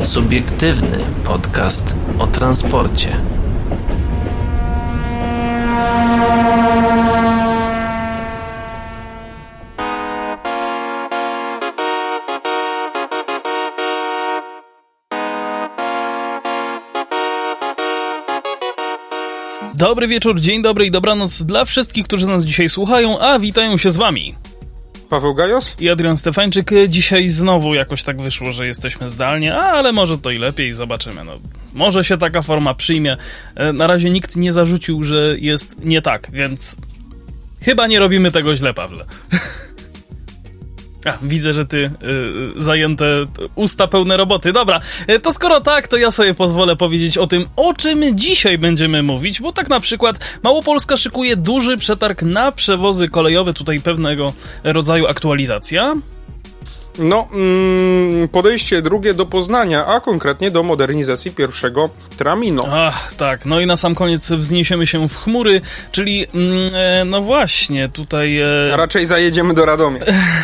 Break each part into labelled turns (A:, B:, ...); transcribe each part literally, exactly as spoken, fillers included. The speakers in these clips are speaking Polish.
A: Subiektywny podcast o transporcie.
B: Dobry wieczór, dzień dobry i dobranoc dla wszystkich, którzy nas dzisiaj słuchają, a witają się z wami
C: Paweł Gajos
B: i Adrian Stefańczyk. Dzisiaj znowu jakoś tak wyszło, że jesteśmy zdalnie, ale może to i lepiej, zobaczymy. No, może się taka forma przyjmie. Na razie nikt nie zarzucił, że jest nie tak, więc chyba nie robimy tego źle, Pawle. A, widzę, że ty y, zajęte usta pełne roboty. Dobra, y, to skoro tak, to ja sobie pozwolę powiedzieć o tym, o czym dzisiaj będziemy mówić, bo tak na przykład Małopolska szykuje duży przetarg na przewozy kolejowe, tutaj pewnego rodzaju aktualizacja.
C: No, mm, podejście drugie do Poznania, a konkretnie do modernizacji pierwszego tramino.
B: Ach, tak, no i na sam koniec wzniesiemy się w chmury, czyli, mm, e, no właśnie, tutaj... E...
C: A raczej zajedziemy do Radomia.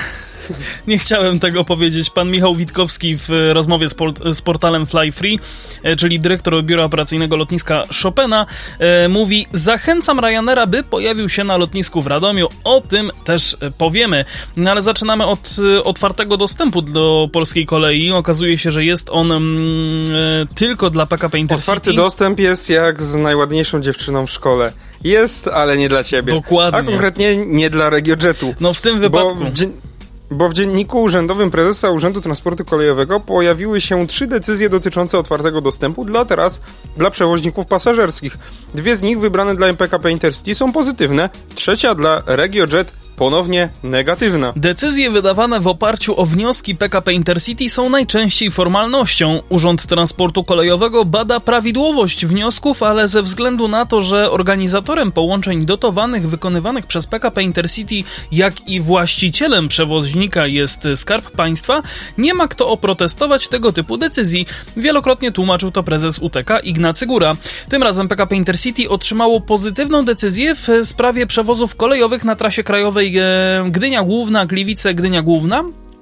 B: Nie chciałem tego powiedzieć. Pan Michał Witkowski w rozmowie z, port- z portalem Fly Free, e, czyli dyrektor biura operacyjnego lotniska Chopina, e, mówi: zachęcam Ryanaira, by pojawił się na lotnisku w Radomiu. O tym też powiemy. No ale zaczynamy od e, otwartego dostępu do polskiej kolei. Okazuje się, że jest on mm, e, tylko dla P K P Intercity.
C: Otwarty dostęp jest jak z najładniejszą dziewczyną w szkole. Jest, ale nie dla ciebie.
B: Dokładnie.
C: A konkretnie nie dla RegioJetu.
B: No w tym wypadku...
C: Bo w dzie- Bo w dzienniku urzędowym prezesa Urzędu Transportu Kolejowego pojawiły się trzy decyzje dotyczące otwartego dostępu dla teraz dla przewoźników pasażerskich. Dwie z nich wybrane dla P K P Intercity są pozytywne, trzecia dla RegioJet ponownie negatywna.
B: Decyzje wydawane w oparciu o wnioski P K P Intercity są najczęściej formalnością. Urząd Transportu Kolejowego bada prawidłowość wniosków, ale ze względu na to, że organizatorem połączeń dotowanych wykonywanych przez P K P Intercity, jak i właścicielem przewoźnika jest Skarb Państwa, nie ma kto oprotestować tego typu decyzji. Wielokrotnie tłumaczył to prezes U T K Ignacy Góra. Tym razem P K P Intercity otrzymało pozytywną decyzję w sprawie przewozów kolejowych na trasie krajowej Gdynia Główna, Gliwice, Gdynia Główna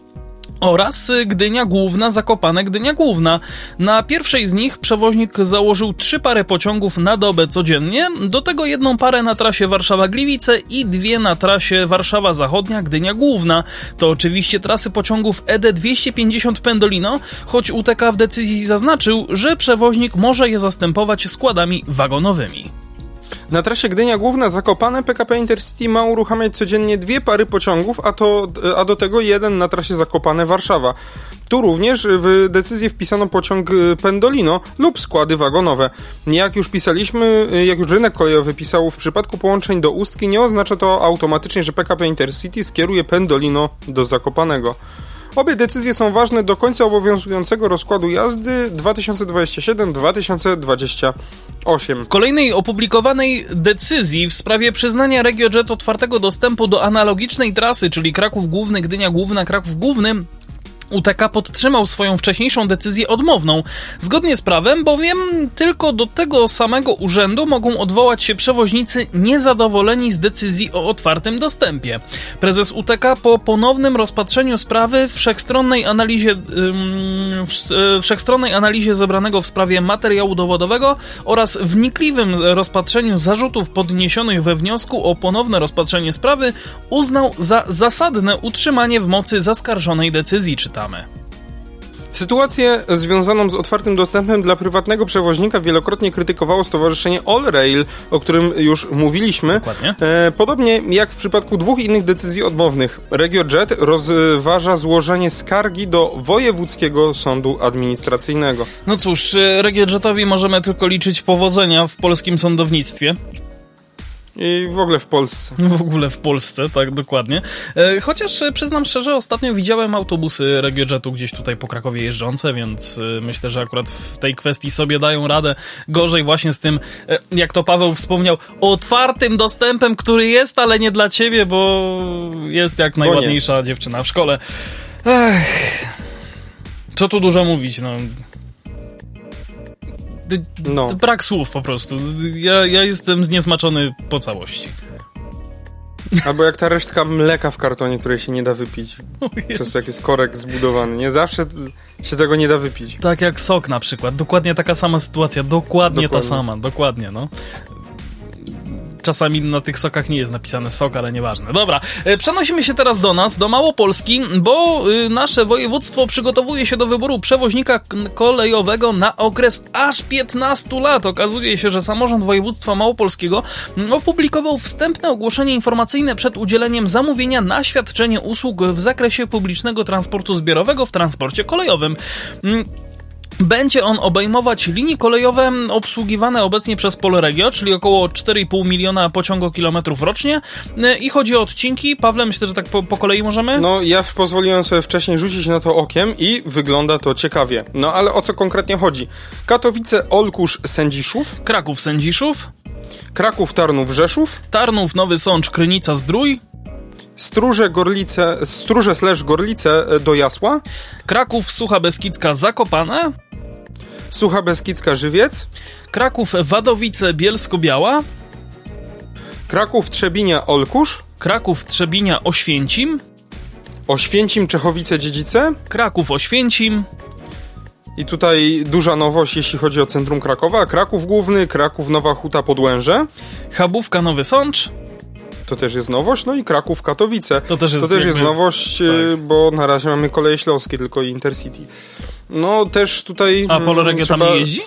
B: oraz Gdynia Główna, Zakopane, Gdynia Główna. Na pierwszej z nich przewoźnik założył trzy pary pociągów na dobę codziennie, do tego jedną parę na trasie Warszawa-Gliwice i dwie na trasie Warszawa Zachodnia, Gdynia Główna. To oczywiście trasy pociągów E D dwieście pięćdziesiąt Pendolino, choć U T K w decyzji zaznaczył, że przewoźnik może je zastępować składami wagonowymi.
C: Na trasie Gdynia Główna Zakopane P K P Intercity ma uruchamiać codziennie dwie pary pociągów, a, to, a do tego jeden na trasie Zakopane Warszawa. Tu również w decyzję wpisano pociąg Pendolino lub składy wagonowe. Jak już pisaliśmy, jak już rynek kolejowy pisał, w przypadku połączeń do Ustki nie oznacza to automatycznie, że P K P Intercity skieruje Pendolino do Zakopanego. Obie decyzje są ważne do końca obowiązującego rozkładu jazdy dwa tysiące dwudziesty siódmy do dwa tysiące dwudziestego ósmego.
B: W kolejnej opublikowanej decyzji w sprawie przyznania RegioJet otwartego dostępu do analogicznej trasy, czyli Kraków Główny, Gdynia Główna, Kraków Główny, U T K podtrzymał swoją wcześniejszą decyzję odmowną. Zgodnie z prawem, bowiem tylko do tego samego urzędu mogą odwołać się przewoźnicy niezadowoleni z decyzji o otwartym dostępie. Prezes U T K po ponownym rozpatrzeniu sprawy, wszechstronnej analizie, yy, wszechstronnej analizie zebranego w sprawie materiału dowodowego oraz wnikliwym rozpatrzeniu zarzutów podniesionych we wniosku o ponowne rozpatrzenie sprawy uznał za zasadne utrzymanie w mocy zaskarżonej decyzji, czytamy.
C: Sytuację związaną z otwartym dostępem dla prywatnego przewoźnika wielokrotnie krytykowało stowarzyszenie All Rail, o którym już mówiliśmy.
B: Dokładnie.
C: E, podobnie jak w przypadku dwóch innych decyzji odmownych. RegioJet rozważa złożenie skargi do Wojewódzkiego Sądu Administracyjnego.
B: No cóż, RegioJetowi możemy tylko liczyć powodzenia w polskim sądownictwie.
C: I w ogóle w Polsce.
B: W ogóle w Polsce, tak, dokładnie. E, chociaż e, przyznam szczerze, ostatnio widziałem autobusy RegioJetu gdzieś tutaj po Krakowie jeżdżące, więc e, myślę, że akurat w tej kwestii sobie dają radę. Gorzej właśnie z tym, e, jak to Paweł wspomniał, otwartym dostępem, który jest, ale nie dla ciebie, bo jest jak najładniejsza dziewczyna w szkole. Ech. Co tu dużo mówić, no...
C: No.
B: Brak słów po prostu. Ja, ja jestem zniesmaczony po całości.
C: Albo jak ta resztka mleka w kartonie, której się nie da wypić. Przez to, jak jest korek zbudowany. Nie zawsze się tego nie da wypić.
B: Tak jak sok na przykład. Dokładnie taka sama sytuacja. Dokładnie, dokładnie. ta sama. Dokładnie, no. Czasami na tych sokach nie jest napisane sok, ale nieważne. Dobra, przenosimy się teraz do nas, do Małopolski, bo nasze województwo przygotowuje się do wyboru przewoźnika kolejowego na okres aż piętnastu lat. Okazuje się, że samorząd województwa małopolskiego opublikował wstępne ogłoszenie informacyjne przed udzieleniem zamówienia na świadczenie usług w zakresie publicznego transportu zbiorowego w transporcie kolejowym. Będzie on obejmować linie kolejowe obsługiwane obecnie przez Polregio, czyli około cztery i pół miliona pociągokilometrów rocznie. I chodzi o odcinki. Pawle, myślę, że tak po, po kolei możemy?
C: No, ja pozwoliłem sobie wcześniej rzucić na to okiem i wygląda to ciekawie. No, ale o co konkretnie chodzi? Katowice, Olkusz, Sędziszów.
B: Kraków, Sędziszów.
C: Kraków, Tarnów, Rzeszów.
B: Tarnów, Nowy Sącz, Krynica, Zdrój.
C: Stróże, Gorlice, Stróże slash Gorlice do Jasła.
B: Kraków, Sucha Beskidzka, Zakopane.
C: Sucha Beskidzka, Żywiec.
B: Kraków, Wadowice, Bielsko-Biała.
C: Kraków, Trzebinia, Olkusz.
B: Kraków, Trzebinia, Oświęcim.
C: Oświęcim, Czechowice, Dziedzice.
B: Kraków, Oświęcim.
C: I tutaj duża nowość, jeśli chodzi o centrum Krakowa. Kraków Główny, Kraków Nowa Huta, Podłęże.
B: Chabówka, Nowy Sącz.
C: To też jest nowość, no i Kraków, Katowice.
B: To też jest,
C: to też
B: jakby...
C: jest nowość, tak. Bo na razie mamy koleje śląskie, tylko Intercity. No też tutaj...
B: A Polregio trzeba... tam nie jeździ?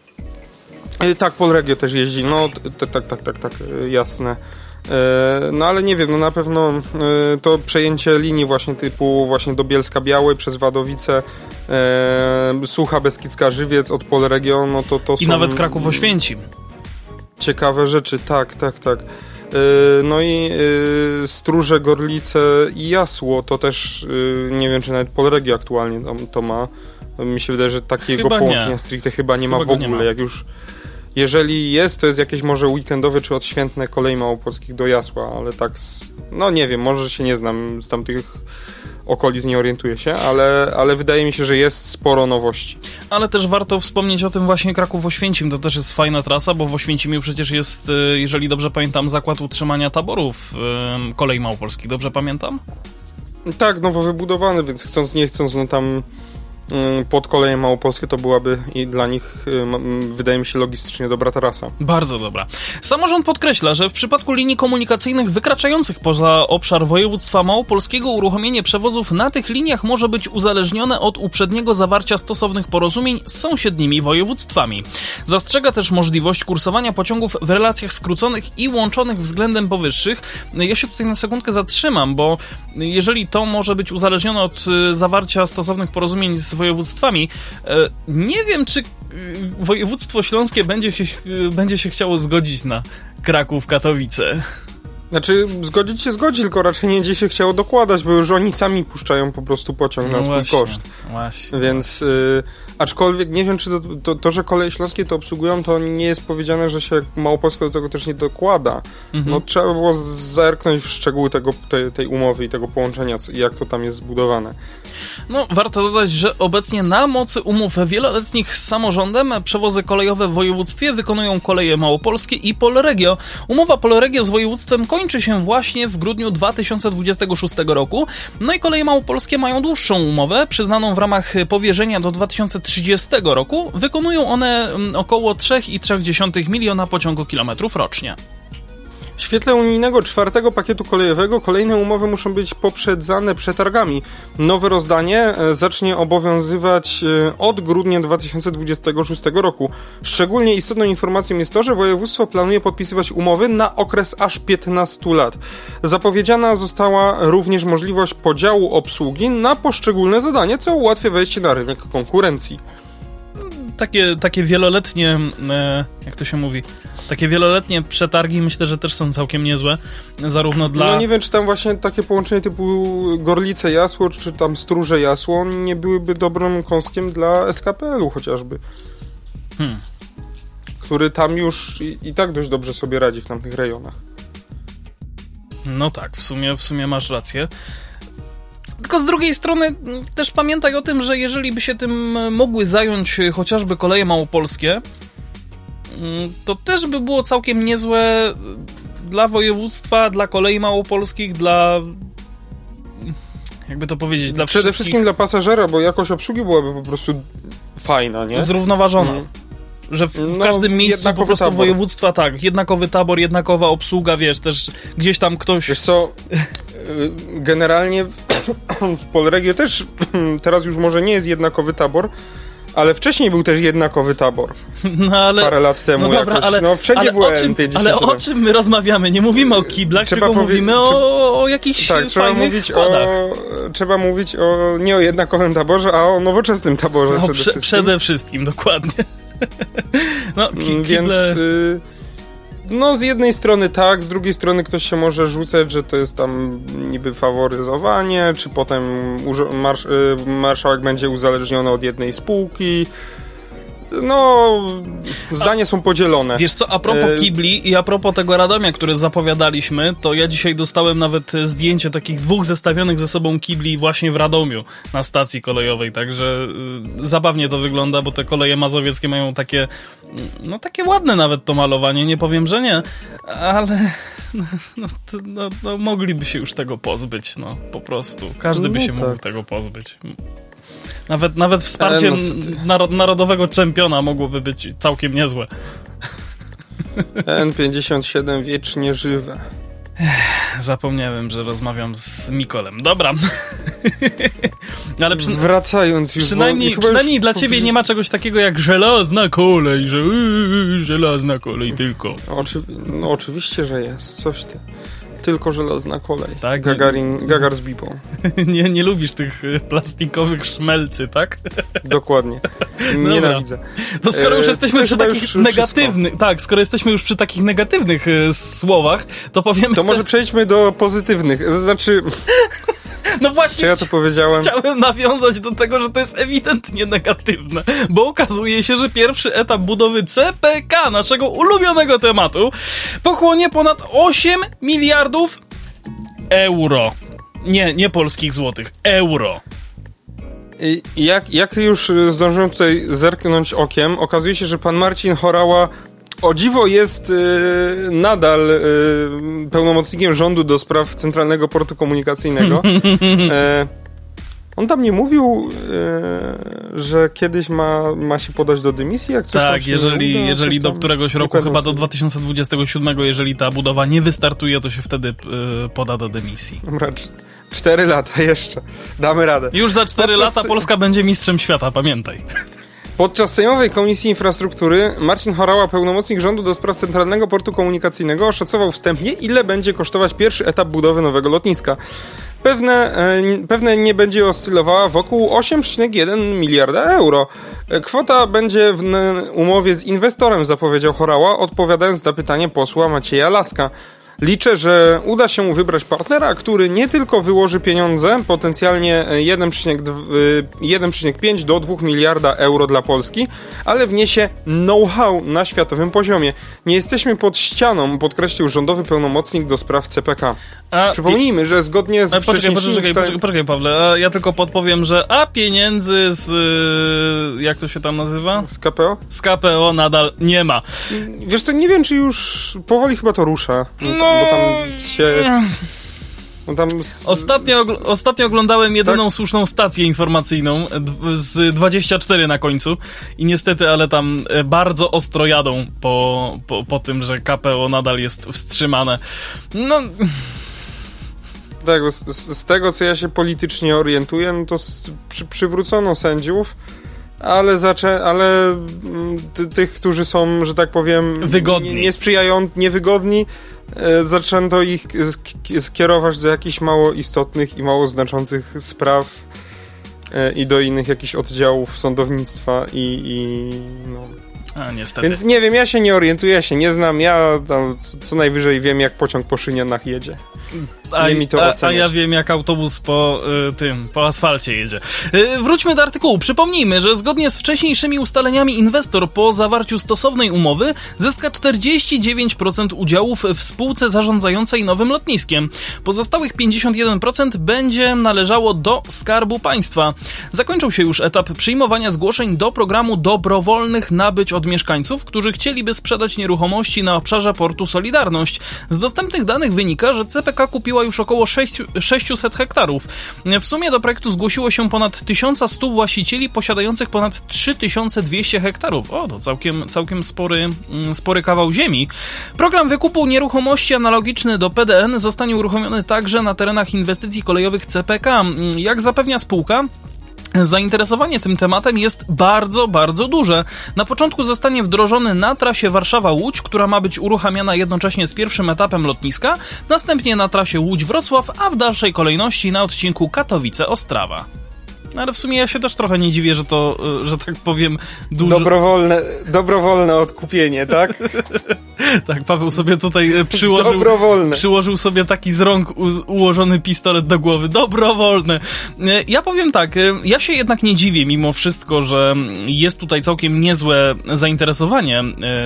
C: Tak, Polregio też jeździ, no tak, tak, tak, tak, tak, jasne. No ale nie wiem, no na pewno to przejęcie linii właśnie typu właśnie do Bielska-Białej przez Wadowice, Sucha Beskidzka, Żywiec od Polregio, no to to są...
B: I nawet Kraków-Oświęcim.
C: Ciekawe rzeczy, tak, tak, tak. No i y, Stróże, Gorlice i Jasło, to też y, nie wiem, czy nawet Polregio aktualnie to, to ma. Mi się wydaje, że takiego chyba połączenia nie. stricte chyba nie chyba ma w ogóle. Ma. Jak już, jeżeli jest, to jest jakieś może weekendowe czy odświętne kolei małopolskich do Jasła, ale tak, z, no nie wiem, może się nie znam z tamtych okolic, nie orientuję się, ale, ale wydaje mi się, że jest sporo nowości.
B: Ale też warto wspomnieć o tym właśnie Kraków-Oświęcim, to też jest fajna trasa, bo w Oświęcimiu przecież jest, jeżeli dobrze pamiętam, zakład utrzymania taborów kolei małopolskich, dobrze pamiętam?
C: Tak, nowo wybudowany, więc chcąc nie chcąc, no tam pod koleje małopolskie to byłaby i dla nich, wydaje mi się, logistycznie dobra trasa.
B: Bardzo dobra. Samorząd podkreśla, że w przypadku linii komunikacyjnych wykraczających poza obszar województwa małopolskiego uruchomienie przewozów na tych liniach może być uzależnione od uprzedniego zawarcia stosownych porozumień z sąsiednimi województwami. Zastrzega też możliwość kursowania pociągów w relacjach skróconych i łączonych względem powyższych. Ja się tutaj na sekundkę zatrzymam, bo jeżeli to może być uzależnione od zawarcia stosownych porozumień z województwami, nie wiem, czy województwo śląskie będzie się, będzie się chciało zgodzić na Kraków-Katowice.
C: Znaczy, zgodzić się zgodzi, tylko raczej nie będzie się chciało dokładać, bo już oni sami puszczają po prostu pociąg no na swój
B: właśnie,
C: koszt.
B: Właśnie.
C: Więc, y, aczkolwiek nie wiem, czy to, to, to, że koleje śląskie to obsługują, to nie jest powiedziane, że się Małopolska do tego też nie dokłada. Mhm. No trzeba było zerknąć w szczegóły tego, tej, tej umowy i tego połączenia, jak to tam jest zbudowane.
B: No, warto dodać, że obecnie na mocy umów wieloletnich z samorządem przewozy kolejowe w województwie wykonują Koleje Małopolskie i Polregio. Umowa Polregio z województwem kończy się właśnie w grudniu dwa tysiące dwudziestego szóstego roku. No i Koleje Małopolskie mają dłuższą umowę, przyznaną w ramach powierzenia do dwa tysiące trzydziestego roku. Wykonują one około trzy i trzy dziesiąte miliona pociągokilometrów rocznie.
C: W świetle unijnego czwartego pakietu kolejowego kolejne umowy muszą być poprzedzane przetargami. Nowe rozdanie zacznie obowiązywać od grudnia dwa tysiące dwudziestego szóstego roku. Szczególnie istotną informacją jest to, że województwo planuje podpisywać umowy na okres aż piętnastu lat. Zapowiedziana została również możliwość podziału obsługi na poszczególne zadania, co ułatwia wejście na rynek konkurencji.
B: Takie, takie wieloletnie, e, jak to się mówi, takie wieloletnie przetargi myślę, że też są całkiem niezłe, zarówno dla...
C: No nie wiem, czy tam właśnie takie połączenie typu Gorlice Jasło, czy tam Stróże Jasło nie byłyby dobrym kąskiem dla S K P L-u chociażby. Hmm. Który tam już i, i tak dość dobrze sobie radzi w tamtych rejonach.
B: No tak, w sumie, w sumie masz rację. Tylko z drugiej strony też pamiętaj o tym, że jeżeli by się tym mogły zająć chociażby Koleje Małopolskie, to też by było całkiem niezłe dla województwa, dla kolei małopolskich, dla... jakby to powiedzieć, dla
C: Przede
B: wszystkich...
C: wszystkim dla pasażera, bo jakość obsługi byłaby po prostu fajna, nie?
B: Zrównoważona.
C: Mm.
B: Że w, w
C: No,
B: każdym miejscu po prostu
C: tabor.
B: województwa, tak, jednakowy tabor, jednakowa obsługa, wiesz, też gdzieś tam ktoś...
C: Wiesz co, generalnie w, w Polregio też teraz już może nie jest jednakowy tabor, ale wcześniej był też jednakowy tabor.
B: No, ale,
C: Parę lat temu
B: no dobra,
C: jakoś.
B: Ale,
C: no wszędzie
B: ale
C: było
B: czym,
C: N pięćdziesiąt siedem.
B: Ale o czym my rozmawiamy? Nie mówimy o kiblach,
C: Trzeba
B: tylko
C: powie-
B: mówimy
C: czy-
B: o, o jakichś
C: Tak, trzeba
B: fajnych
C: mówić
B: składach.
C: o, trzeba mówić o nie o jednakowym taborze, a o nowoczesnym taborze
B: No,
C: przede
B: prze,
C: wszystkim.
B: przede wszystkim, dokładnie. No, ki-
C: Więc
B: kible...
C: y, no z jednej strony tak, z drugiej strony ktoś się może rzucać, że to jest tam niby faworyzowanie, czy potem urzo- marsz, y, marszałek będzie uzależniony od jednej spółki. No, zdania a, są podzielone.
B: Wiesz co, a propos kibli i a propos tego Radomia, który zapowiadaliśmy, to ja dzisiaj dostałem nawet zdjęcie takich dwóch zestawionych ze sobą kibli właśnie w Radomiu na stacji kolejowej, także y, zabawnie to wygląda, bo te koleje mazowieckie mają takie, no takie ładne nawet to malowanie, nie powiem, że nie, ale no, no, to, no, no mogliby się już tego pozbyć, no po prostu. Każdy by
C: no
B: się
C: tak.
B: mógł tego pozbyć. Nawet, nawet wsparcie
C: no,
B: naro- narodowego czempiona mogłoby być całkiem niezłe.
C: N pięćdziesiąt siedem wiecznie żywe.
B: Zapomniałem, że rozmawiam z Mikolem. Dobra. Ale przy...
C: Wracając już...
B: Przynajmniej,
C: bo,
B: przynajmniej
C: już
B: dla ciebie
C: powiedzieć...
B: nie ma czegoś takiego jak żelazna kolej, że yy, żelazna kolej tylko.
C: Oczy... No oczywiście, że jest. Coś ty. Tylko żelazna kolej.
B: Tak?
C: Gagarin, Gagar z bipą.
B: nie, nie lubisz tych plastikowych szmelcy, tak?
C: Dokładnie. Nienawidzę.
B: To skoro już
C: e,
B: jesteśmy przy takich
C: już
B: negatywnych... Tak, skoro jesteśmy już przy takich negatywnych e, słowach, to powiemy...
C: To może przejdźmy do pozytywnych. Znaczy...
B: No właśnie,
C: Czy ja to powiedziałem?
B: Chciałem nawiązać do tego, że to jest ewidentnie negatywne, bo okazuje się, że pierwszy etap budowy C P K, naszego ulubionego tematu, pochłonie ponad osiem miliardów euro. Nie, nie polskich złotych, euro.
C: I jak, jak już zdążyłem tutaj zerknąć okiem, okazuje się, że pan Marcin Horała o dziwo jest y, nadal y, pełnomocnikiem rządu do spraw Centralnego Portu Komunikacyjnego. e, on tam nie mówił, y, że kiedyś ma, ma się podać do dymisji, jak coś
B: tak,
C: tam się
B: jeżeli,
C: uda,
B: jeżeli do
C: tam,
B: któregoś roku, chyba do dwa tysiące dwudziestego siódmego, jeżeli ta budowa nie wystartuje, to się wtedy y, poda do dymisji.
C: Dobra, cztery lata jeszcze. Damy radę.
B: Już za cztery
C: Podczas...
B: lata Polska będzie mistrzem świata, pamiętaj.
C: Podczas Sejmowej Komisji Infrastruktury Marcin Horała, pełnomocnik rządu do spraw Centralnego Portu Komunikacyjnego, oszacował wstępnie, ile będzie kosztować pierwszy etap budowy nowego lotniska. Pewne, e, pewne nie będzie oscylowała wokół osiem przecinek jeden miliarda euro. Kwota będzie w umowie z inwestorem, zapowiedział Horała, odpowiadając na pytanie posła Macieja Laska. Liczę, że uda się wybrać partnera, który nie tylko wyłoży pieniądze, potencjalnie jeden przecinek pięć do dwóch miliarda euro dla Polski, ale wniesie know-how na światowym poziomie. Nie jesteśmy pod ścianą, podkreślił rządowy pełnomocnik do spraw C P K. A Przypomnijmy, że zgodnie z
B: poczekaj, poczekaj, poczekaj, poczekaj, Pawle, a ja tylko podpowiem, że a pieniędzy z... jak to się tam nazywa?
C: Z K P O?
B: Z K P O nadal nie ma.
C: Wiesz co, nie wiem, czy już powoli chyba to rusza.
B: No...
C: Bo tam się... No tam z...
B: ostatnio, ogl- ostatnio oglądałem jedyną tak? słuszną stację informacyjną z dwadzieścia cztery na końcu i niestety, ale tam bardzo ostro jadą po, po, po tym, że K P O nadal jest wstrzymane. No...
C: Tak, z, z tego, co ja się politycznie orientuję, no to z, przy, przywrócono sędziów, ale, zaczę, ale ty, tych, którzy są, że tak powiem,
B: wygodni,
C: nie, niesprzyjający, niewygodni, e, zaczęto ich skierować do jakichś mało istotnych i mało znaczących spraw e, i do innych jakichś oddziałów sądownictwa i, i no...
B: A, niestety.
C: Więc nie wiem, ja się nie orientuję, ja się nie znam, ja tam co, co najwyżej wiem, jak pociąg po Szynianach jedzie.
B: A,
C: nie mi to
B: a,
C: oceniać.
B: a ja wiem, jak autobus po y, tym, po asfalcie jedzie. Y, wróćmy do artykułu. Przypomnijmy, że zgodnie z wcześniejszymi ustaleniami inwestor po zawarciu stosownej umowy zyska czterdzieści dziewięć procent udziałów w spółce zarządzającej nowym lotniskiem. Pozostałych pięćdziesiąt jeden procent będzie należało do Skarbu Państwa. Zakończył się już etap przyjmowania zgłoszeń do programu dobrowolnych nabyć od mieszkańców, którzy chcieliby sprzedać nieruchomości na obszarze portu Solidarność. Z dostępnych danych wynika, że C P K kupiła już około sześćset hektarów. W sumie do projektu zgłosiło się ponad tysiąc sto właścicieli posiadających ponad trzy tysiące dwieście hektarów. O, to całkiem, całkiem spory, spory kawał ziemi. Program wykupu nieruchomości analogiczny do P D N zostanie uruchomiony także na terenach inwestycji kolejowych C P K. Jak zapewnia spółka, zainteresowanie tym tematem jest bardzo, bardzo duże. Na początku zostanie wdrożony na trasie Warszawa-Łódź, która ma być uruchamiana jednocześnie z pierwszym etapem lotniska, następnie na trasie Łódź-Wrocław, a w dalszej kolejności na odcinku Katowice-Ostrawa. No ale w sumie ja się też trochę nie dziwię, że to, że tak powiem, dużo... Dobrowolne,
C: dobrowolne odkupienie, tak?
B: Tak, Paweł sobie tutaj przyłożył... Dobrowolne. Przyłożył sobie taki z rąk u, ułożony pistolet do głowy. Dobrowolne. Ja powiem tak, ja się jednak nie dziwię mimo wszystko, że jest tutaj całkiem niezłe zainteresowanie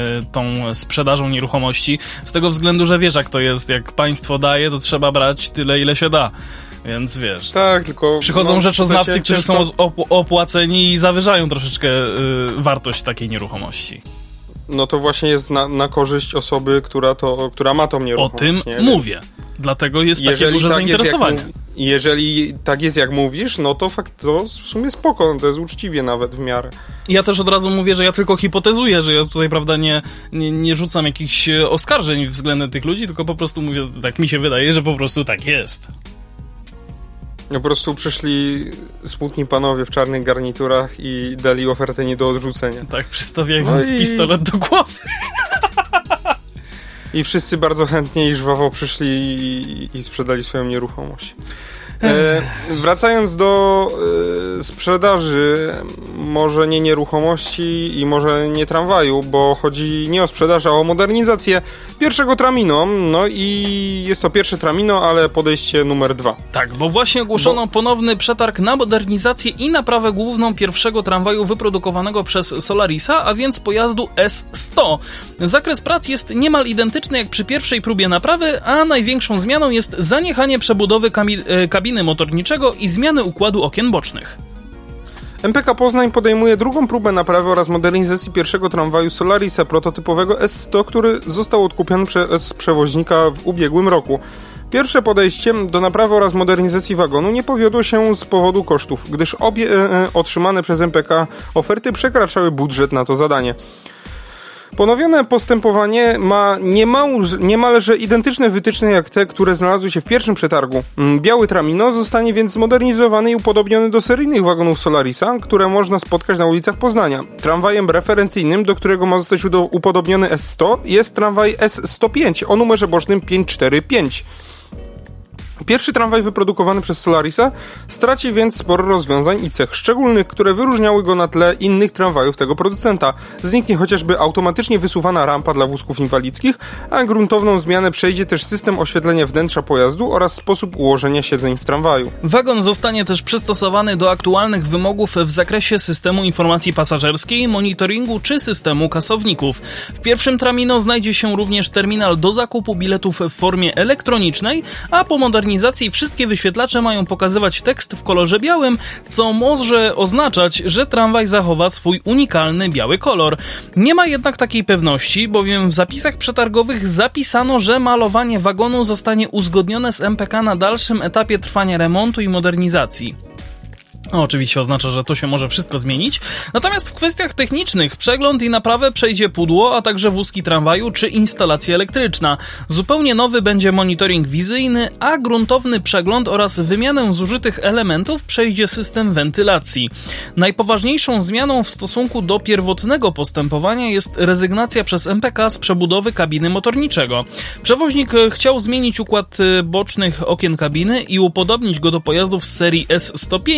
B: tą sprzedażą nieruchomości, z tego względu, że wiesz jak to jest, jak państwo daje, to trzeba brać tyle, ile się da. Więc wiesz,
C: tak, tylko
B: przychodzą no, rzeczoznawcy, którzy są op- opłaceni i zawyżają troszeczkę y, wartość takiej nieruchomości.
C: No to właśnie jest na, na korzyść osoby, która, to, która ma tą nieruchomość.
B: O tym
C: nie?
B: mówię. Dlatego jest jeżeli takie duże
C: tak
B: zainteresowanie.
C: Jest, jak, jeżeli tak jest jak mówisz, no to fakt, to w sumie spoko, no to jest uczciwie nawet w miarę.
B: Ja też od razu mówię, że ja tylko hipotezuję, że ja tutaj, prawda, nie, nie, nie rzucam jakichś oskarżeń względem tych ludzi, tylko po prostu mówię, tak mi się wydaje, że po prostu tak jest.
C: Po prostu przyszli smutni panowie w czarnych garniturach i dali ofertę nie do odrzucenia.
B: Tak, przystawiając no i... pistolet do głowy.
C: I wszyscy bardzo chętnie i żwawo przyszli i, i sprzedali swoją nieruchomość. E, wracając do e, sprzedaży, może nie nieruchomości i może nie tramwaju, bo chodzi nie o sprzedaż, a o modernizację pierwszego tramino. No i jest to pierwsze tramino, ale podejście numer dwa.
B: Tak, bo właśnie ogłoszono bo... ponowny przetarg na modernizację i naprawę główną pierwszego tramwaju wyprodukowanego przez Solarisa, a więc pojazdu S sto. Zakres prac jest niemal identyczny jak przy pierwszej próbie naprawy, a największą zmianą jest zaniechanie przebudowy kabiny kabiny motorniczego i zmiany układu okien bocznych.
C: M P K Poznań podejmuje drugą próbę naprawy oraz modernizacji pierwszego tramwaju Solarisa prototypowego S sto, który został odkupiony przez przewoźnika w ubiegłym roku. Pierwsze podejście do naprawy oraz modernizacji wagonu nie powiodło się z powodu kosztów, gdyż obie e, otrzymane przez M P K oferty przekraczały budżet na to zadanie. Ponowione postępowanie ma niemal, niemalże identyczne wytyczne jak te, które znalazły się w pierwszym przetargu. Biały tramino zostanie więc zmodernizowany i upodobniony do seryjnych wagonów Solarisa, które można spotkać na ulicach Poznania. Tramwajem referencyjnym, do którego ma zostać upodobniony S sto, jest tramwaj S sto pięć o numerze bocznym pięćset czterdzieści pięć. Pierwszy tramwaj wyprodukowany przez Solarisa straci więc sporo rozwiązań i cech szczególnych, które wyróżniały go na tle innych tramwajów tego producenta. Zniknie chociażby automatycznie wysuwana rampa dla wózków inwalidzkich, a gruntowną zmianę przejdzie też system oświetlenia wnętrza pojazdu oraz sposób ułożenia siedzeń w tramwaju.
B: Wagon zostanie też przystosowany do aktualnych wymogów w zakresie systemu informacji pasażerskiej, monitoringu czy systemu kasowników. W pierwszym tramino znajdzie się również terminal do zakupu biletów w formie elektronicznej, a po modernizacji wszystkie wyświetlacze mają pokazywać tekst w kolorze białym, co może oznaczać, że tramwaj zachowa swój unikalny biały kolor. Nie ma jednak takiej pewności, bowiem w zapisach przetargowych zapisano, że malowanie wagonu zostanie uzgodnione z M P K na dalszym etapie trwania remontu i modernizacji. No, oczywiście oznacza, że to się może wszystko zmienić. Natomiast w kwestiach technicznych przegląd i naprawę przejdzie pudło, a także wózki tramwaju czy instalacja elektryczna. Zupełnie nowy będzie monitoring wizyjny, a gruntowny przegląd oraz wymianę zużytych elementów przejdzie system wentylacji. Najpoważniejszą zmianą w stosunku do pierwotnego postępowania jest rezygnacja przez M P K z przebudowy kabiny motorniczego. Przewoźnik chciał zmienić układ bocznych okien kabiny i upodobnić go do pojazdów z serii S sto pięć,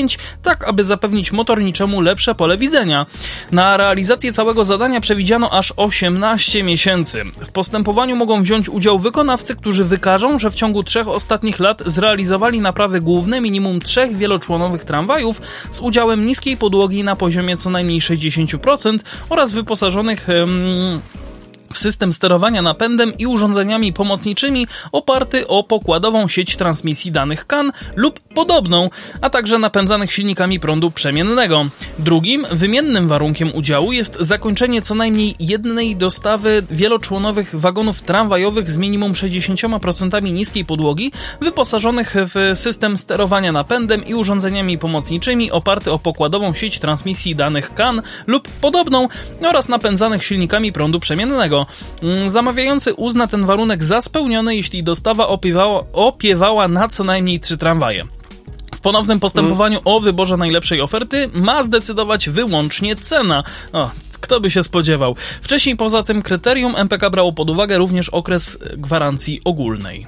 B: tak aby zapewnić motorniczemu lepsze pole widzenia. Na realizację całego zadania przewidziano aż osiemnaście miesięcy. W postępowaniu mogą wziąć udział wykonawcy, którzy wykażą, że w ciągu trzech ostatnich lat zrealizowali naprawy główne minimum trzech wieloczłonowych tramwajów z udziałem niskiej podłogi na poziomie co najmniej sześćdziesiąt procent oraz wyposażonych hmm, w system sterowania napędem i urządzeniami pomocniczymi oparty o pokładową sieć transmisji danych C A N lub podobną, a także napędzanych silnikami prądu przemiennego. Drugim, wymiennym warunkiem udziału jest zakończenie co najmniej jednej dostawy wieloczłonowych wagonów tramwajowych z minimum sześćdziesięcioma procentami niskiej podłogi, wyposażonych w system sterowania napędem i urządzeniami pomocniczymi oparty o pokładową sieć transmisji danych C A N lub podobną oraz napędzanych silnikami prądu przemiennego. Zamawiający uzna ten warunek za spełniony, jeśli dostawa opiewała, opiewała na co najmniej trzy tramwaje. W ponownym postępowaniu o wyborze najlepszej oferty ma zdecydować wyłącznie cena. O, kto by się spodziewał. Wcześniej poza tym kryterium M P K brało pod uwagę również okres gwarancji ogólnej.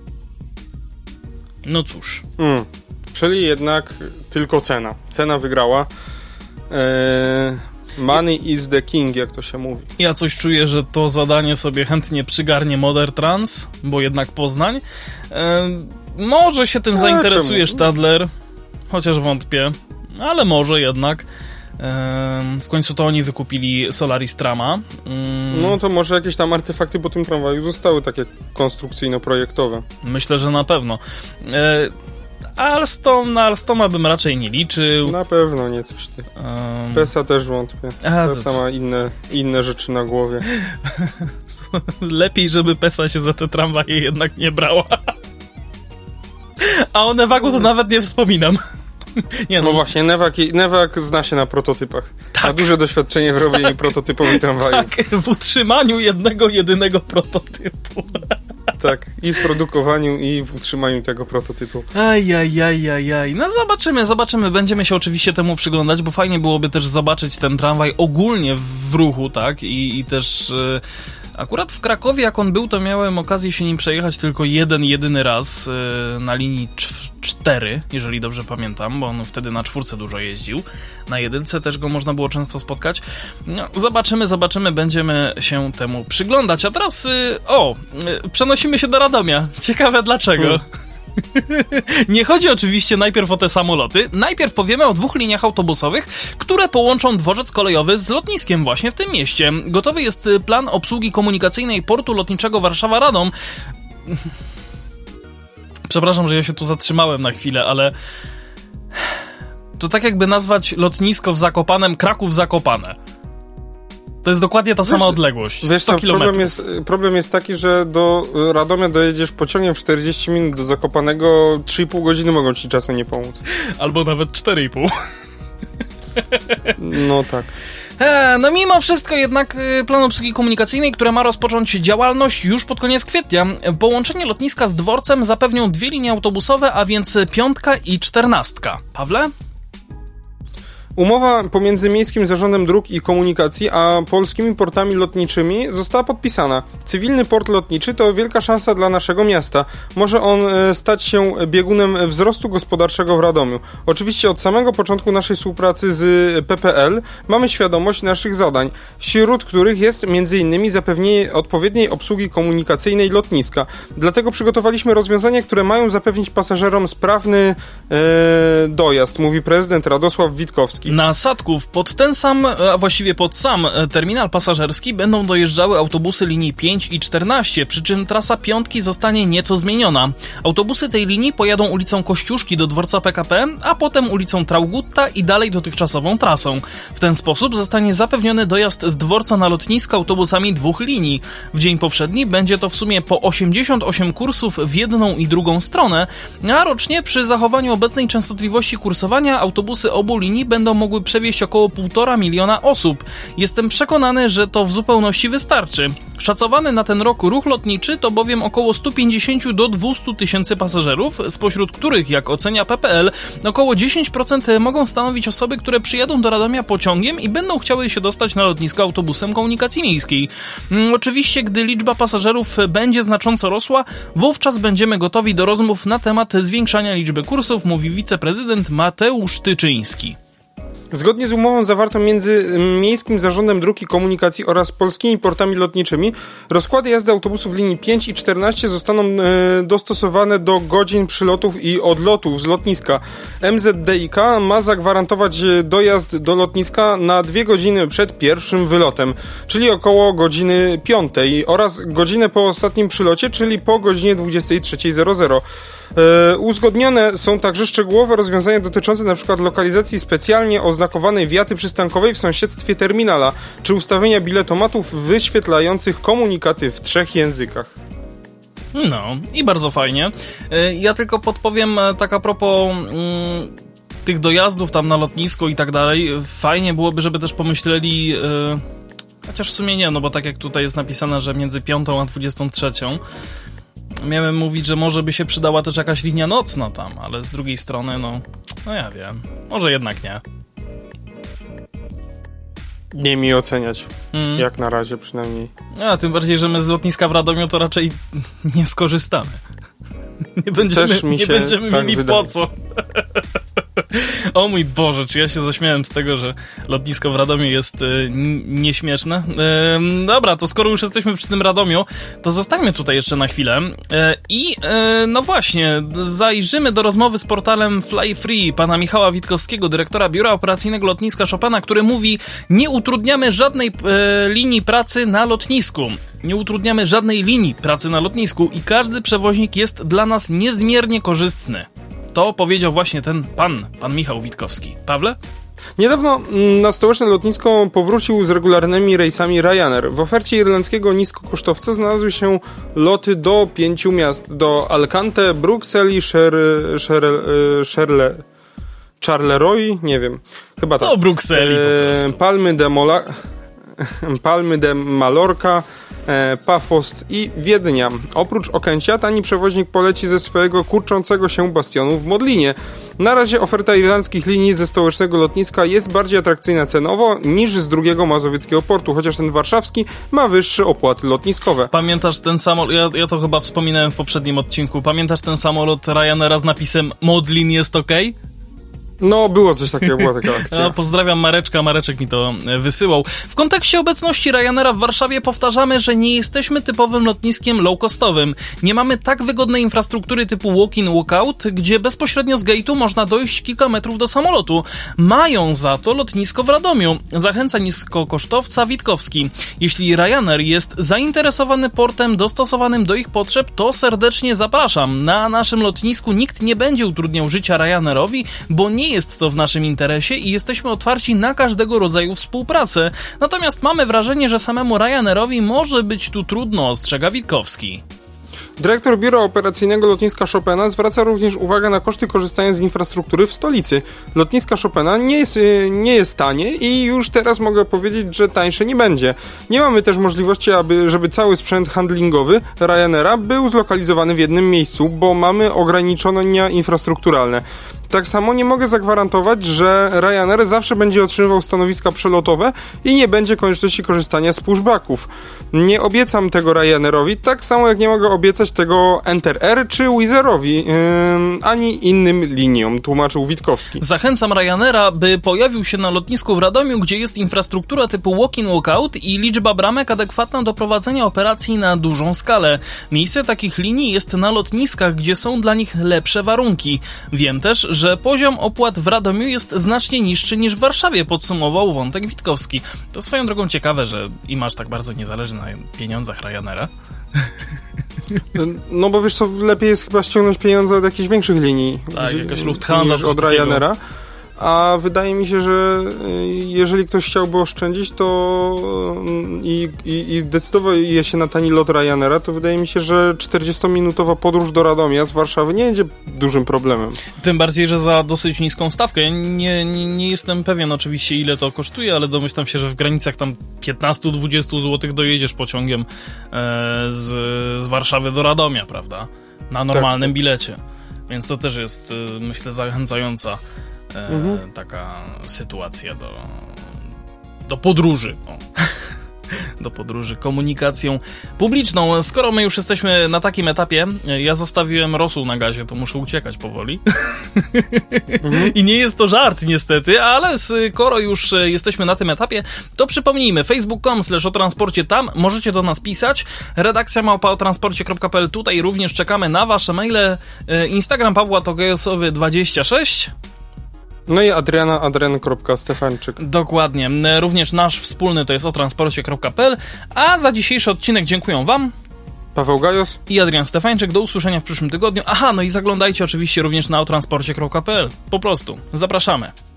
B: No cóż.
C: Hmm. Czyli jednak tylko cena. Cena wygrała. Eee... Money is the king, jak to się mówi.
B: Ja coś czuję, że to zadanie sobie chętnie przygarnie Modern Trans, bo jednak Poznań. E, może się tym A, zainteresuje czemu? Stadler, chociaż wątpię, ale może jednak. E, w końcu to oni wykupili Solaris Trama. Mm.
C: No to może jakieś tam artefakty po tym tramwaju zostały takie konstrukcyjno-projektowe.
B: Myślę, że na pewno. E, Alstom, na Alstoma bym raczej nie liczył.
C: Na pewno nie coś ty. Um... Pesa też wątpię. A, Pesa to... ma inne, inne rzeczy na głowie.
B: Lepiej, żeby Pesa się za te tramwaje jednak nie brała. A o Nevagu to nawet nie wspominam. Nie, no.
C: no właśnie, Nevak, Nevak zna się na prototypach. Tak. Ma duże doświadczenie w robieniu prototypowych tramwajów.
B: Tak, w utrzymaniu jednego, jedynego prototypu.
C: Tak, i w produkowaniu, i w utrzymaniu tego prototypu.
B: Ajajajajaj. No zobaczymy, zobaczymy. Będziemy się oczywiście temu przyglądać, bo fajnie byłoby też zobaczyć ten tramwaj ogólnie w ruchu, tak? I, i też... Yy... Akurat w Krakowie, jak on był, to miałem okazję się nim przejechać tylko jeden, jedyny raz yy, na linii cztery, jeżeli dobrze pamiętam, bo on wtedy na czwórce dużo jeździł. Na jedynce też go można było często spotkać. No, zobaczymy, zobaczymy, będziemy się temu przyglądać. A teraz, yy, o, yy, przenosimy się do Radomia. Ciekawe dlaczego. Hmm. Nie chodzi oczywiście najpierw o te samoloty. Najpierw powiemy o dwóch liniach autobusowych, które połączą dworzec kolejowy z lotniskiem właśnie w tym mieście. Gotowy jest plan obsługi komunikacyjnej portu lotniczego Warszawa-Radom. Przepraszam, że ja się tu zatrzymałem na chwilę, ale to tak jakby nazwać lotnisko w Zakopanem Kraków-Zakopane. To jest dokładnie ta sama wiesz, odległość.
C: Wiesz
B: sto
C: co,
B: kilometrów.
C: Problem jest, problem jest taki, że do Radomia dojedziesz pociągiem w czterdzieści minut, do Zakopanego trzy i pół godziny mogą ci czasem nie pomóc.
B: Albo nawet cztery i pół.
C: No tak.
B: E, no mimo wszystko jednak plan obsługi komunikacyjnej, która ma rozpocząć działalność już pod koniec kwietnia. Połączenie lotniska z dworcem zapewnią dwie linie autobusowe, a więc piątka i czternastka. Pawle?
C: Umowa pomiędzy Miejskim Zarządem Dróg i Komunikacji a polskimi portami lotniczymi została podpisana. Cywilny port lotniczy to wielka szansa dla naszego miasta. Może on stać się biegunem wzrostu gospodarczego w Radomiu. Oczywiście od samego początku naszej współpracy z P P L mamy świadomość naszych zadań, wśród których jest między innymi zapewnienie odpowiedniej obsługi komunikacyjnej lotniska. Dlatego przygotowaliśmy rozwiązania, które mają zapewnić pasażerom sprawny e, dojazd, mówi prezydent Radosław Witkowski.
B: Na Sadków pod ten sam, a właściwie pod sam terminal pasażerski będą dojeżdżały autobusy linii pięć i czternaście, przy czym trasa piątki zostanie nieco zmieniona. Autobusy tej linii pojadą ulicą Kościuszki do dworca P K P, a potem ulicą Traugutta i dalej dotychczasową trasą. W ten sposób zostanie zapewniony dojazd z dworca na lotnisko autobusami dwóch linii. W dzień powszedni będzie to w sumie po osiemdziesiąt osiem kursów w jedną i drugą stronę, a rocznie przy zachowaniu obecnej częstotliwości kursowania autobusy obu linii będą mogły przewieźć około półtora miliona osób. Jestem przekonany, że to w zupełności wystarczy. Szacowany na ten rok ruch lotniczy to bowiem około sto pięćdziesiąt do dwustu tysięcy pasażerów, spośród których, jak ocenia P P L, około dziesięć procent mogą stanowić osoby, które przyjadą do Radomia pociągiem i będą chciały się dostać na lotnisko autobusem komunikacji miejskiej. Oczywiście, gdy liczba pasażerów będzie znacząco rosła, wówczas będziemy gotowi do rozmów na temat zwiększania liczby kursów, mówi wiceprezydent Mateusz Tyczyński.
C: Zgodnie z umową zawartą między Miejskim Zarządem Dróg i Komunikacji oraz polskimi portami lotniczymi, rozkłady jazdy autobusów linii pięć i czternaście zostaną e, dostosowane do godzin przylotów i odlotów z lotniska. M Z D I K ma zagwarantować dojazd do lotniska na dwie godziny przed pierwszym wylotem, czyli około godziny piątej, oraz godzinę po ostatnim przylocie, czyli po godzinie dwudziestej trzeciej zero zero. E, uzgodnione są także szczegółowe rozwiązania dotyczące np. lokalizacji specjalnie oznakowanej wiaty przystankowej w sąsiedztwie terminala, czy ustawienia biletomatów wyświetlających komunikaty w trzech językach.
B: No i bardzo fajnie. E, ja tylko podpowiem tak a propos mm, tych dojazdów tam na lotnisko i tak dalej. Fajnie byłoby, żeby też pomyśleli... E, chociaż w sumie nie, no bo tak jak tutaj jest napisane, że między piątą a dwudziestą trzecią miałem mówić, że może by się przydała też jakaś linia nocna tam, ale z drugiej strony, no, no ja wiem, może jednak nie.
C: Nie mi oceniać,
B: mm.
C: jak na razie przynajmniej.
B: A tym bardziej, że my z lotniska w Radomiu to raczej nie skorzystamy. Nie będziemy,
C: Też mi
B: nie
C: się
B: będziemy
C: tak
B: mieli
C: wydaje.
B: po co. O mój Boże, czy ja się zaśmiałem z tego, że lotnisko w Radomiu jest y, nieśmieszne? Y, dobra, to skoro już jesteśmy przy tym Radomiu, to zostańmy tutaj jeszcze na chwilę. Y, I y, no właśnie, zajrzymy do rozmowy z portalem Fly Free pana Michała Witkowskiego, dyrektora Biura Operacyjnego Lotniska Chopina, który mówi: nie utrudniamy żadnej y, linii pracy na lotnisku. Nie utrudniamy żadnej linii pracy na lotnisku i każdy przewoźnik jest dla nas niezmiernie korzystny. To powiedział właśnie ten pan, pan Michał Witkowski. Pawle?
C: Niedawno na stołeczne lotnisko powrócił z regularnymi rejsami Ryanair. W ofercie irlandzkiego niskokosztowca znalazły się loty do pięciu miast. Do Alicante, Brukseli, Charleroi, Charleroi, nie wiem, chyba tak.
B: Do Brukseli po prostu.
C: Palmy de Mola... Palmy de Mallorca, Pafos i Wiednia. Oprócz Okęcia tani przewoźnik poleci ze swojego kurczącego się bastionu w Modlinie. Na razie oferta irlandzkich linii ze stołecznego lotniska jest bardziej atrakcyjna cenowo niż z drugiego mazowieckiego portu, chociaż ten warszawski ma wyższe opłaty lotniskowe.
B: Pamiętasz ten samolot, ja, ja to chyba wspominałem w poprzednim odcinku, pamiętasz ten samolot Ryanaira z napisem Modlin jest okej?
C: No, było coś takiego, była taka akcja.
B: No, pozdrawiam Mareczka, Mareczek mi to wysyłał. W kontekście obecności Ryanaira w Warszawie powtarzamy, że nie jesteśmy typowym lotniskiem low-costowym. Nie mamy tak wygodnej infrastruktury typu walk-in, walk-out, gdzie bezpośrednio z gate'u można dojść kilka metrów do samolotu. Mają za to lotnisko w Radomiu. Zachęca niskokosztowca Witkowski. Jeśli Ryanair jest zainteresowany portem dostosowanym do ich potrzeb, to serdecznie zapraszam. Na naszym lotnisku nikt nie będzie utrudniał życia Ryanairowi, bo nie jest to w naszym interesie i jesteśmy otwarci na każdego rodzaju współpracę. Natomiast mamy wrażenie, że samemu Ryanairowi może być tu trudno, ostrzega Witkowski.
C: Dyrektor Biura Operacyjnego Lotniska Chopina zwraca również uwagę na koszty korzystania z infrastruktury w stolicy. Lotniska Chopina nie jest, nie jest tanie i już teraz mogę powiedzieć, że tańsze nie będzie. Nie mamy też możliwości, aby, żeby cały sprzęt handlingowy Ryanaira był zlokalizowany w jednym miejscu, bo mamy ograniczenia infrastrukturalne. Tak samo nie mogę zagwarantować, że Ryanair zawsze będzie otrzymywał stanowiska przelotowe i nie będzie konieczności korzystania z pushbacków. Nie obiecam tego Ryanairowi, tak samo jak nie mogę obiecać tego Enter Air czy Wizz Airowi, yy, ani innym liniom, tłumaczył Witkowski.
B: Zachęcam Ryanaira, by pojawił się na lotnisku w Radomiu, gdzie jest infrastruktura typu walk-in, walk-out i liczba bramek adekwatna do prowadzenia operacji na dużą skalę. Miejsce takich linii jest na lotniskach, gdzie są dla nich lepsze warunki. Wiem też, że poziom opłat w Radomiu jest znacznie niższy niż w Warszawie, podsumował Wątek Witkowski. To swoją drogą ciekawe, że im aż tak bardzo nie zależy na pieniądzach Ryanaira.
C: No bo wiesz co, lepiej jest chyba ściągnąć pieniądze od jakichś większych linii.
B: Tak, jakaś Lufthansa,
C: niż od Ryanaira. a wydaje mi się, że jeżeli ktoś chciałby oszczędzić, to i, i, i decyduje się na tani lot Ryanaira, to wydaje mi się, że czterdziestominutowa podróż do Radomia z Warszawy nie będzie dużym problemem.
B: Tym bardziej, że za dosyć niską stawkę. Ja nie, nie, nie jestem pewien oczywiście, ile to kosztuje, ale domyślam się, że w granicach tam piętnaście do dwudziestu złotych dojedziesz pociągiem e, z, z Warszawy do Radomia, prawda? Na normalnym tak. bilecie. Więc to też jest, myślę, zachęcająca e, mhm. taka sytuacja do, do podróży. O. do podróży komunikacją publiczną. Skoro my już jesteśmy na takim etapie, ja zostawiłem rosół na gazie, to muszę uciekać powoli. Mhm. I nie jest to żart niestety, ale skoro już jesteśmy na tym etapie, to przypomnijmy, facebook kropka com slash o transporcie, tam możecie do nas pisać, redakcja małpa o transporcie kropka p l, tutaj również czekamy na wasze maile, Instagram Pawła Togejosowy dwadzieścia sześć.
C: No i Adriana, adrian.stefańczyk.
B: Dokładnie. Również nasz wspólny to jest o transporcie kropka p l, a za dzisiejszy odcinek dziękuję wam.
C: Paweł Gajos
B: i Adrian Stefańczyk. Do usłyszenia w przyszłym tygodniu. Aha, no i zaglądajcie oczywiście również na o transporcie kropka p l. Po prostu. Zapraszamy.